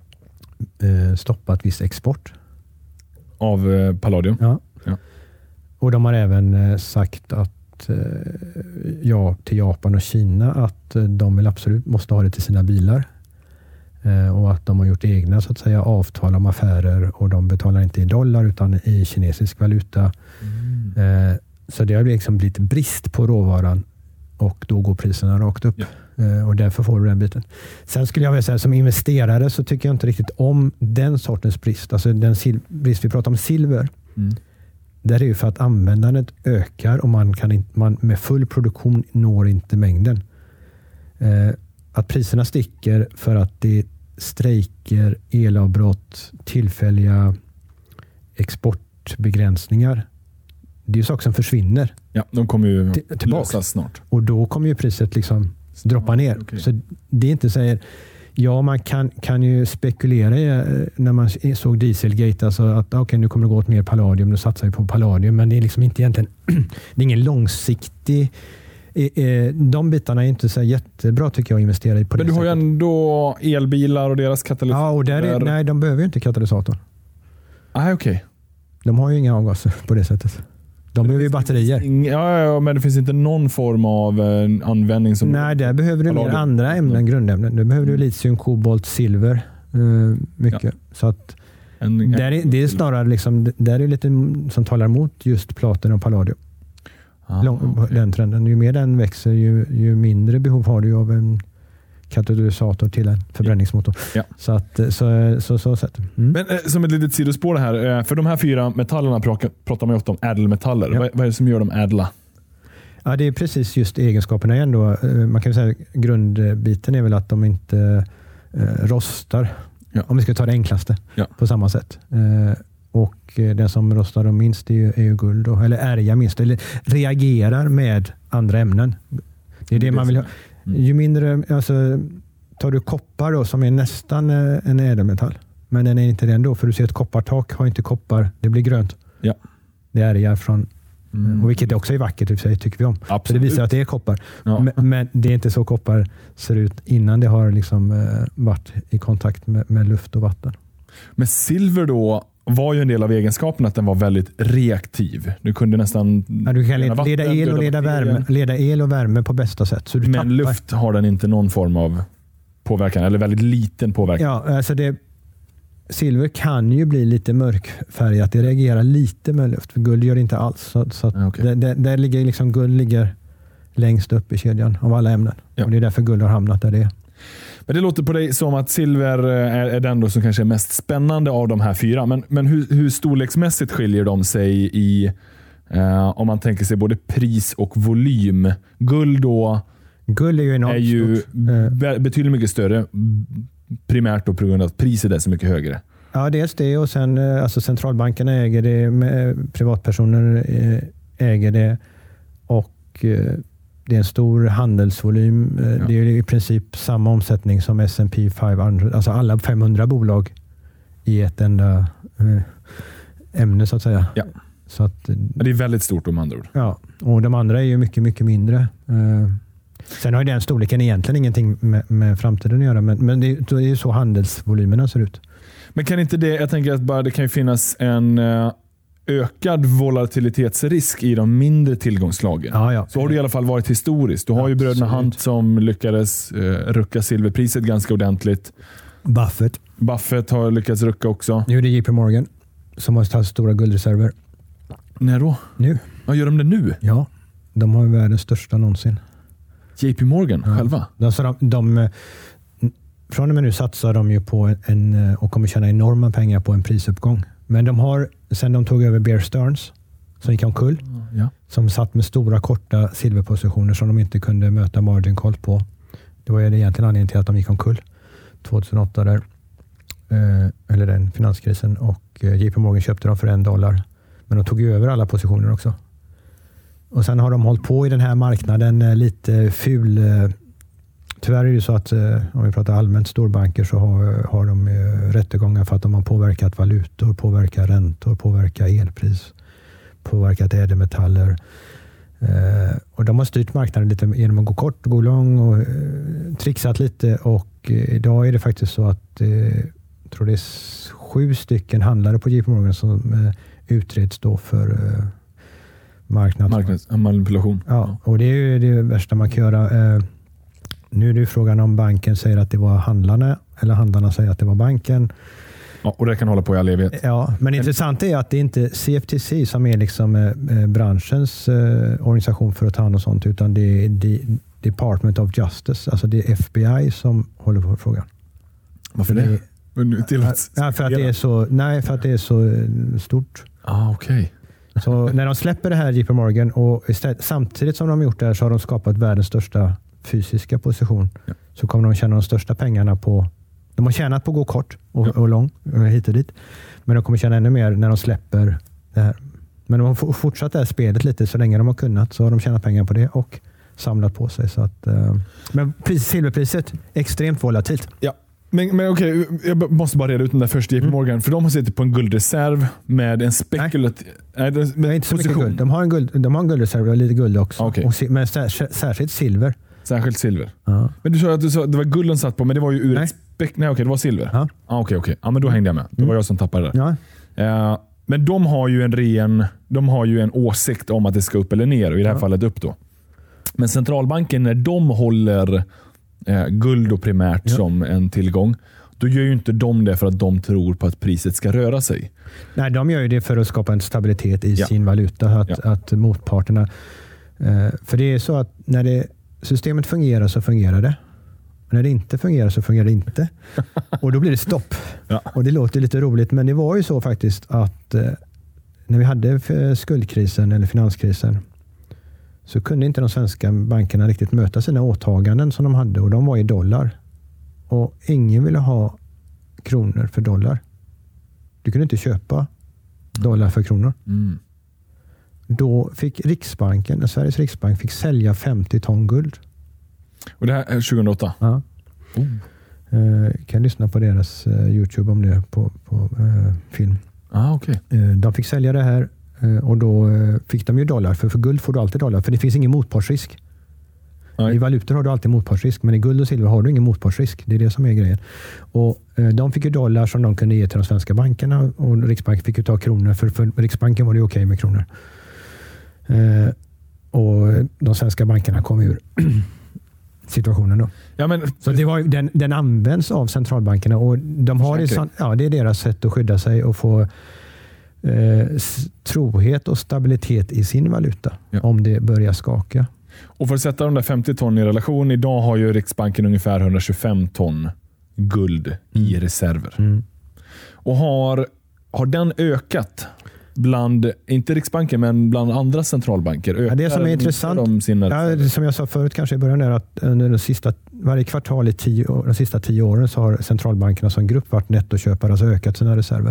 eh, stoppat viss export. Av eh, palladium? Ja. ja. Och de har även eh, sagt att eh, ja, till Japan och Kina att eh, de vill absolut måste ha det till sina bilar. Och att de har gjort egna så att säga avtal om affärer, och de betalar inte i dollar utan i kinesisk valuta. Mm. Så det har liksom blivit brist på råvaran, och då går priserna rakt upp. Ja. Och därför får du den biten. Sen skulle jag vilja säga som investerare så tycker jag inte riktigt om den sortens brist. Alltså den sil- brist vi pratar om silver. Mm. Där är ju för att användandet ökar och man kan inte, man med full produktion når inte mängden. Att priserna sticker för att det är strejker, elavbrott, tillfälliga exportbegränsningar. Det är ju saker som försvinner. Ja, de kommer ju T- lösas snart. Och då kommer ju priset liksom droppa ner. Okay. Så det är inte så här, ja, man kan, kan ju spekulera i, när man såg Dieselgate, alltså att okay, nu kommer det gå åt mer palladium, nu satsar vi på palladium, men det är liksom inte egentligen, det är ingen långsiktig. De bitarna är inte så jättebra tycker jag att investera i på det. Men du sättet. har ju ändå elbilar och deras katalysator. Ja, och där är, nej, de behöver ju inte katalysatorn. Ah, okej. Okay. De har ju inga avgaser på det sättet. De men behöver ju batterier. Ing, ja, ja, men det finns inte någon form av eh, användning som... Nej, där behöver du mer andra ämnen, grundämnen. Du behöver du litium, kobolt, silver. Eh, mycket. Ja. Så att En, där är, det är snarare liksom, där är lite som talar emot just platina och palladium. Ah, Lång, okay. Den trenden. Ju mer den växer, ju, ju mindre behov har du av en katalysator till en förbränningsmotor. Ja. Så att så så så sett. Mm. Men eh, som ett litet sidospår det här, eh, för de här fyra metallerna pratar, pratar man ju ofta om ädelmetaller. Ja. Vad, vad är det som gör dem ädla? Ja, det är precis just egenskaperna igen då. Man kan säga grundbiten är väl att de inte eh, rostar. Ja. Om vi ska ta det enklaste Ja. på samma sätt. Eh, och den som rostar de minst är ju, är ju guld då, eller ärgar minst, eller reagerar med andra ämnen. Det är det, det man vill ha. Mm. Ju mindre, alltså, tar du koppar då som är nästan en ädelmetall, men den är inte den då, för du ser ett koppartak har inte koppar, det blir grönt. Ja. Det ärgar från, mm. och vilket också är vackert i och för sig, tycker vi om. Absolut. Så det visar att det är koppar. Ja. Men, men det är inte så koppar ser ut innan det har liksom, eh, varit i kontakt med, med luft och vatten. Men silver då var ju en del av egenskapen att den var väldigt reaktiv. Du kunde nästan ja, du kan leda, vatten, leda, el och leda, värme, leda el och värme på bästa sätt. Så du men tappar. Luft har den inte någon form av påverkan, eller väldigt liten påverkan. Ja, alltså det, silver kan ju bli lite mörkfärgat. Det reagerar lite med luft. För guld gör det inte alls. Så, så Ja, okay. det, det, där ligger liksom, guld ligger längst upp i kedjan av alla ämnen. Ja. Och det är därför guld har hamnat där det är. Men det låter på dig som att silver är, är den då som kanske är mest spännande av de här fyra. Men, men hur, hur storleksmässigt skiljer de sig i, eh, om man tänker sig både pris och volym? Guld då Guld är ju, enormt är ju stort. be, betydligt mycket större, primärt då på grund av att priset är så mycket högre. Ja, dels det och sen alltså centralbankerna äger det, privatpersoner äger det och det är en stor handelsvolym. Ja. Det är i princip samma omsättning som S and P femhundra, alltså alla femhundra bolag i ett enda ämne så att säga. Ja. Så att, det är väldigt stort om andra ord. Ja, och de andra är ju mycket, mycket mindre. Sen har ju den storleken egentligen ingenting med, med framtiden att göra, men, men det, det är ju så handelsvolymerna ser ut. Men kan inte det, jag tänker att bara det kan ju finnas en ökad volatilitetsrisk i de mindre tillgångslagen. Ja, ja. Så har det i alla fall varit historiskt. Du har ju bröderna Hunt som lyckades eh, rucka silverpriset ganska ordentligt. Buffett. Buffett har lyckats rucka också. Nu är det J P Morgan som har tagit stora guldreserver. När då? Nu. Ja, gör de det nu? Ja, de har ju världens största någonsin. J P Morgan ja. själva? Alltså de, de, från och med nu satsar de ju på en, och kommer tjäna enorma pengar på en prisuppgång. Men de har, sen de tog över Bear Stearns, som gick omkull, ja. som satt med stora korta silverpositioner som de inte kunde möta margin call på. Det var ju egentligen anledningen till att de gick omkull tjugohundraåtta där. Eh, eller den finanskrisen. Och eh, J P Morgan köpte dem för en dollar. Men de tog ju över alla positioner också. Och sen har de hållit på i den här marknaden eh, lite ful. Eh, tyvärr är det ju så att eh, om vi pratar allmänt storbanker så har, har de eh, rättegångar för att de har påverkat valutor, påverkat räntor, påverkat elpris, påverkat ädelmetaller. Eh, och de har styrt marknaden lite genom att gå kort och gå lång och eh, trixat lite. Och eh, idag är det faktiskt så att eh, jag tror det är sju stycken handlare på J P Morgan som eh, utreds då för eh, marknads... marknadsmanipulation. Ja, och det är ju det värsta man kan göra. Eh, nu är det ju frågan om banken säger att det var handlarna eller handlarna säger att det var banken. Ja, och det kan hålla på i all evighet. Ja, men intressant är att det inte är C F T C som är liksom eh, branschens eh, organisation för att ta hand om sånt, utan det är det, Department of Justice, alltså det är F B I som håller på frågan. Varför det? det? Men tillåts ja, för att det är så, nej, för att det är så stort. Ah, okej. Okay. Så när de släpper det här J P Morgan och istället, samtidigt som de gjort det här så har de skapat världens största fysiska position. Ja. Så kommer de tjäna de största pengarna på. De har tjänat på att gå kort och, ja. och lång hit och dit. Men de kommer tjäna ännu mer när de släpper det här. Men de har fortsatt det här spelet lite så länge de har kunnat, så har de tjänat pengar på det och samlat på sig. Så att, uh, men pris, silverpriset extremt volatilt. Ja. Men, men okej, okay, jag måste bara reda ut den där första J P Morgan. Mm. För de har suttit på en guldreserv med en spekulativ... Nej, nej det är inte så mycket guld. De har en, guld, de har en guldreserv och lite guld också. Okay. Och, men sär, särskilt silver. Särskilt silver. Ja. Men du sa att du sa, det var guld de satt på, men det var ju ur... Nej, spek- nej okej, okay, det var silver. Ja. Ah, okej, okay, okej. Okay. Ja, men då hängde jag med. Det var mm. jag som tappade det. Ja. Uh, men de har ju en ren... De har ju en åsikt om att det ska upp eller ner. Och i det här ja. fallet upp då. Men centralbanken, när de håller eh, guld och primärt ja. som en tillgång, då gör ju inte de det för att de tror på att priset ska röra sig. Nej, de gör ju det för att skapa en stabilitet i Ja. sin valuta. Att, Ja. att motparterna... Eh, för det är så att när det, systemet fungerar så fungerar det. Och när det inte fungerar så fungerar det inte. Och då blir det stopp. Ja. Och det låter lite roligt, men det var ju så faktiskt att eh, när vi hade skuldkrisen eller finanskrisen så kunde inte de svenska bankerna riktigt möta sina åtaganden som de hade, och de var i dollar. Och ingen ville ha kronor för dollar. Du kunde inte köpa dollar för kronor. Mm. Då fick Riksbanken, Sveriges Riksbank fick sälja femtio ton guld. Och det här är tjugohundraåtta? Ja. Oh. Uh, kan lyssna på deras uh, YouTube om det på, på uh, film. Ah, okay. Uh, de fick sälja det här uh, och då uh, fick de ju dollar. För, för guld får du alltid dollar, för det finns ingen motpartsrisk. Nej. I valutor har du alltid motpartsrisk, men i guld och silver har du ingen motpartsrisk. Det är det som är grejen. Och uh, de fick ju dollar som de kunde ge till de svenska bankerna, och Riksbanken fick ju ta kronor. För, för Riksbanken var det okej med kronor. Uh, och de svenska bankerna kom ur situationen då. Ja, men, så det var, den, den används av centralbankerna, och de har det, ja, det är deras sätt att skydda sig och få eh, trohet och stabilitet i sin valuta, ja, om det börjar skaka. Och för att sätta de där femtio ton i relation, idag har ju Riksbanken ungefär hundratjugofem ton guld mm. i reserver. Mm. Och har, har den ökat bland, inte Riksbanken, men bland andra centralbanker? Ja, det som är intressant, de sina... ja, som jag sa förut kanske i början, är att under de sista, varje kvartal i tio år, de sista tio åren så har centralbankerna som grupp varit nettoköpare, alltså ökat sina reserver.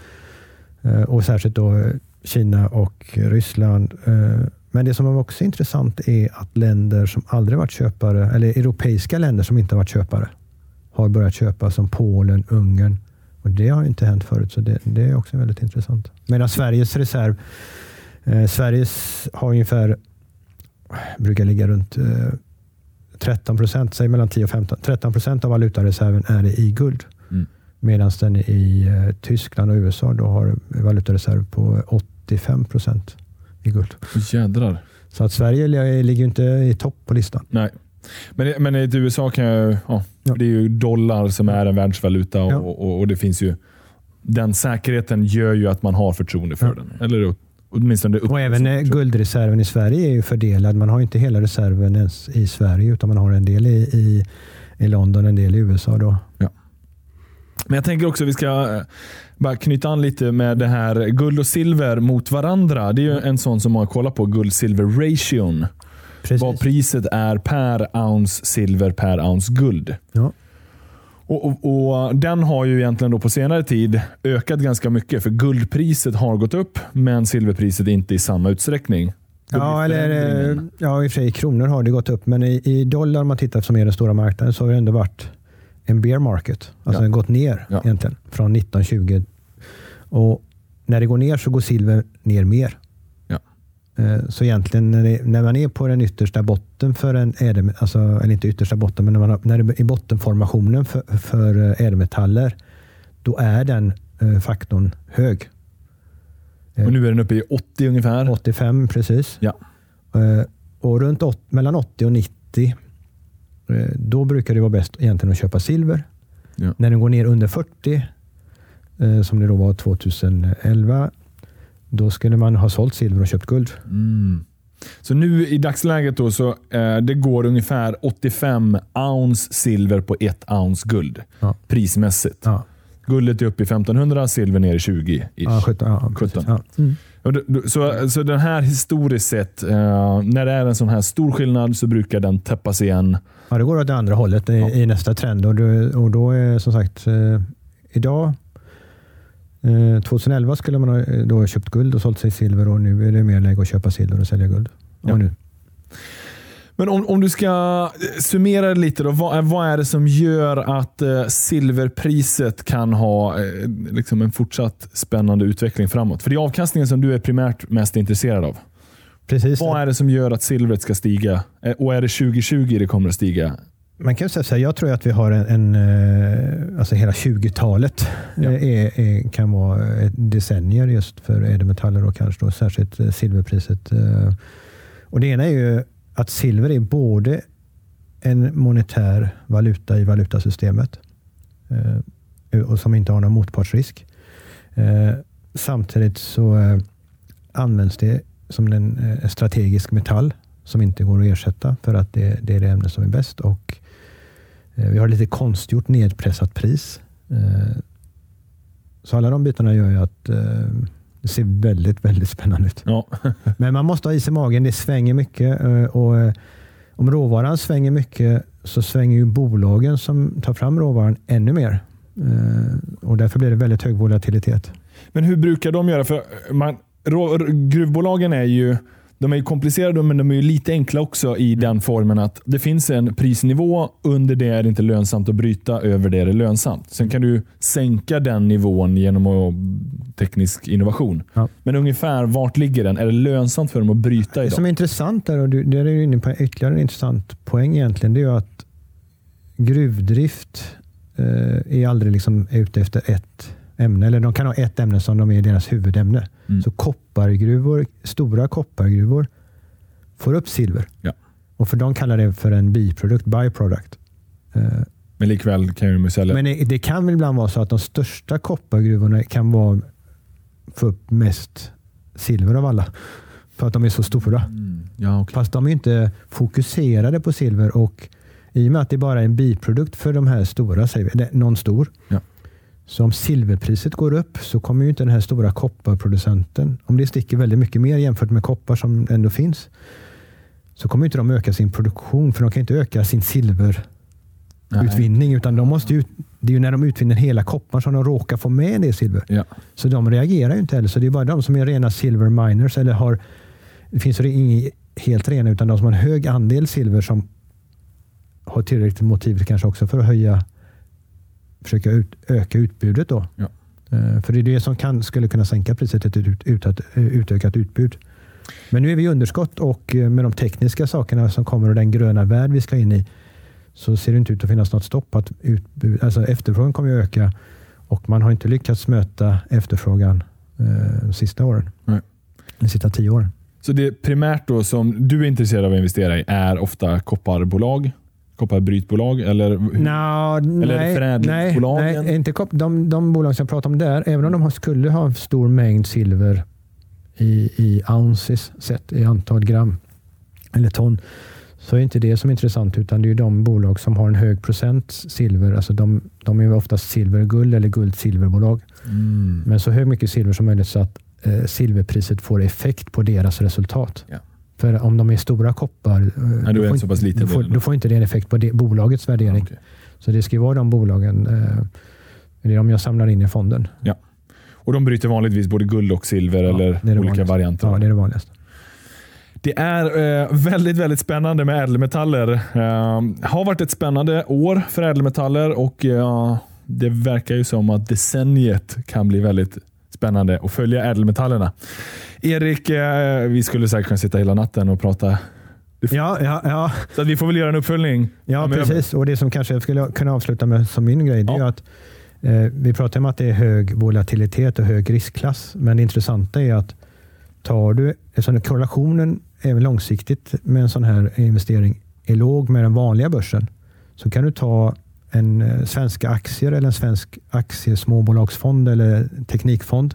Och särskilt då Kina och Ryssland. Men det som är också intressant är att länder som aldrig varit köpare, eller europeiska länder som inte varit köpare, har börjat köpa, som Polen, Ungern. Och det har inte hänt förut, så det, det är också väldigt intressant. Medan Sveriges reserv, eh, Sveriges har ungefär, brukar ligga runt eh, tretton procent, säg mellan tio och femton, tretton procent av valutareserven är i guld. Mm. Medan den i eh, Tyskland och U S A då har valutareserv på åttiofem procent i guld. Jädrar. Så att Sverige ligger inte i topp på listan. Nej. Men, men i U S A kan jag, ja, ja. det är ju dollar som är en världsvaluta, och, ja. och, och det finns ju, den säkerheten gör ju att man har förtroende för ja. den. Eller åtminstone och även guldreserven i Sverige är ju fördelad. Man har inte hela reserven ens i Sverige, utan man har en del i, i, i London, en del i U S A då. Ja. Men jag tänker också att vi ska bara knyta an lite med det här guld och silver mot varandra. Det är ju en sån som man kollar på guld-silver-ration. Precis. Vad priset är per ounce silver per ounce guld. Ja. Och, och, och den har ju egentligen då på senare tid ökat ganska mycket, för guldpriset har gått upp men silverpriset inte i samma utsträckning. Ja, eller, ja, i och för sig i kronor har det gått upp, men i, i dollar, om man tittar som är den stora marknaden, så har det ändå varit en bear market. Alltså ja. den gått ner ja. egentligen från nitton tjugo. Och när det går ner så går silver ner mer. Så egentligen när, det, när man är på den yttersta botten för en ädel, alltså, eller inte yttersta botten, men när man har, när det är i bottenformationen för, för ädelmetaller, då är den eh, faktorn hög. Och nu är den uppe i åttio ungefär? åttiofem, precis. Ja. Eh, och runt åt, mellan åttio och nittio, eh, då brukar det vara bäst egentligen att köpa silver. Ja. När den går ner under fyrtio, eh, som det då var tjugoelva, då skulle man ha sålt silver och köpt guld. Mm. Så nu i dagsläget då, så eh, det går ungefär åttiofem ounce silver på ett ounce guld. Ja. Prismässigt. Ja. Guldet är uppe i femtonhundra, silver ner i tjugo. Ja, sjutton. Ja, sjutton. Ja. Mm. Så, så den här historiskt sett, eh, när det är en sån här stor skillnad, så brukar den täppas igen. Ja, det går åt det andra hållet i, ja. i nästa trend. Och då, och då är som sagt eh, idag tjugoelva skulle man ha då köpt guld och sålt sig silver, och nu är det mer läge att köpa silver och sälja guld. Ja. Nu. Men om, om du ska summera lite då, vad, vad är det som gör att eh, silverpriset kan ha eh, liksom en fortsatt spännande utveckling framåt? För det är avkastningen som du är primärt mest intresserad av. Precis. Vad är det som gör att silvret ska stiga? Och är det tjugo tjugo det kommer att stiga? Man kan säga så här, jag tror att vi har en, en alltså hela tjugotalet ja. är, är, kan vara ett decennier just för ädelmetaller, och kanske då särskilt silverpriset. Och det ena är ju att silver är både en monetär valuta i valutasystemet. och som inte har någon motpartsrisk. Eh, samtidigt så eh, används det som en eh, strategisk metall som inte går att ersätta för att det, det är det ämne som är bäst. Och eh, vi har lite konstgjort nedpressat pris. Eh, så alla de bitarna gör ju att eh, det ser väldigt, väldigt spännande ut. Ja. Men man måste ha is i magen. Det svänger mycket eh, och eh, om råvaran svänger mycket så svänger ju bolagen som tar fram råvaran ännu mer. Eh, och därför blir det väldigt hög volatilitet. Men hur brukar de göra? För man, rå, gruvbolagen är ju, de är ju komplicerade, men de är ju lite enkla också i den formen att det finns en prisnivå, under det är det inte lönsamt att bryta, över det är det lönsamt. Sen kan du sänka den nivån genom att, teknisk innovation. Ja. Men ungefär vart ligger den? Är det lönsamt för dem att bryta idag? Det som är intressant där, och det är du inne på ytterligare en intressant poäng egentligen, det är ju att gruvdrift eh, är aldrig liksom ute efter ett ämne, eller de kan ha ett ämne som de är deras huvudämne. Mm. Så koppargruvor, stora koppargruvor får upp silver. Ja. Och för de kallar det för en biprodukt, byproduct. Men likväl kan ju sälja. Men det, det kan väl ibland vara så att de största koppargruvorna kan vara få upp mest silver av alla. För att de är så stora. Mm. Ja, okay. Fast de är inte fokuserade på silver, och i och med att det bara är en biprodukt för de här stora, säger vi, någon stor. Ja. Så om silverpriset går upp så kommer ju inte den här stora kopparproducenten, om det sticker väldigt mycket mer jämfört med koppar som ändå finns, så kommer inte de öka sin produktion, för de kan inte öka sin silverutvinning, utan de måste ju, det är ju när de utvinner hela koppar som de råkar få med det silver. Ja. Så de reagerar ju inte heller, så det är bara de som är rena silver miners, eller har, det finns ju inget helt rena, utan de som har en hög andel silver som har tillräckligt motiv kanske också för att höja, försöka ut, öka utbudet då. Ja. Uh, för det är det som kan, skulle kunna sänka priset till ett ut, ut, ut, utökat utbud. Men nu är vi i underskott, och med de tekniska sakerna som kommer och den gröna värld vi ska in i, så ser det inte ut att finnas något stopp. Att utbud, alltså efterfrågan kommer att öka, och man har inte lyckats möta efterfrågan uh, de sista åren. Nej. De sista tio åren. Så det primärt då som du är intresserad av att investera i är ofta kopparbolag? Kopparbrytbolag eller, no, eller nej, förädlingsbolagen? Nej, inte kopp, de, de bolag som jag pratar om där, även om de skulle ha en stor mängd silver i, i ounces sett i antal gram eller ton, så är inte det som är intressant, utan det är de bolag som har en hög procent silver. Alltså de, de är oftast silver-guld eller guld-silverbolag. Mm. Men så hög mycket silver som möjligt så att eh, silverpriset får effekt på deras resultat. Ja. För om de är stora koppar, Nej, då, får inte, då, får, då får inte det en effekt på det, bolagets värdering. Okay. Så det ska ju vara de bolagen, eh, det är de jag samlar in i fonden. Ja. Och de bryter vanligtvis både guld och silver, ja, eller olika vanligaste. varianter? Ja, det är det vanligaste. Det är eh, väldigt, väldigt spännande med ädelmetaller. Eh, har varit ett spännande år för ädelmetaller, och eh, det verkar ju som att decenniet kan bli väldigt spännande att följa ädelmetallerna. Erik, eh, vi skulle säkert kunna sitta hela natten och prata. Ja, ja, ja. Så att vi får väl göra en uppföljning. Ja, precis. Och det som kanske jag skulle kunna avsluta med som min grej, det ja. är att eh, vi pratar om att det är hög volatilitet och hög riskklass. Men det intressanta är att tar du, eftersom korrelationen även långsiktigt med en sån här investering är låg med den vanliga börsen, så kan du ta en eh, svenska aktier eller en svensk aktiesmåbolagsfond eller teknikfond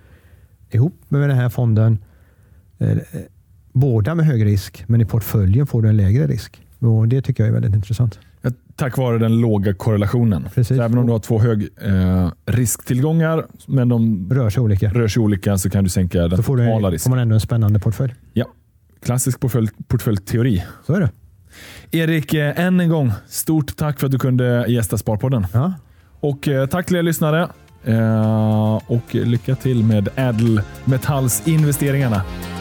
ihop med den här fonden, eh, båda med hög risk, men i portföljen får du en lägre risk. Och det tycker jag är väldigt intressant. Ja, tack vare den låga korrelationen. Precis. Så även om du har två hög eh, risktillgångar, men de rör sig olika, rör sig olika, så kan du sänka den så får totala du, risken. får man ändå en spännande portfölj. Ja, klassisk portfölj, portföljteori. Så är det. Erik, än en gång, stort tack för att du kunde gästa Sparpodden. Ja. Och eh, tack till er lyssnare. Eh, och lycka till med ädelmetallsinvesteringarna.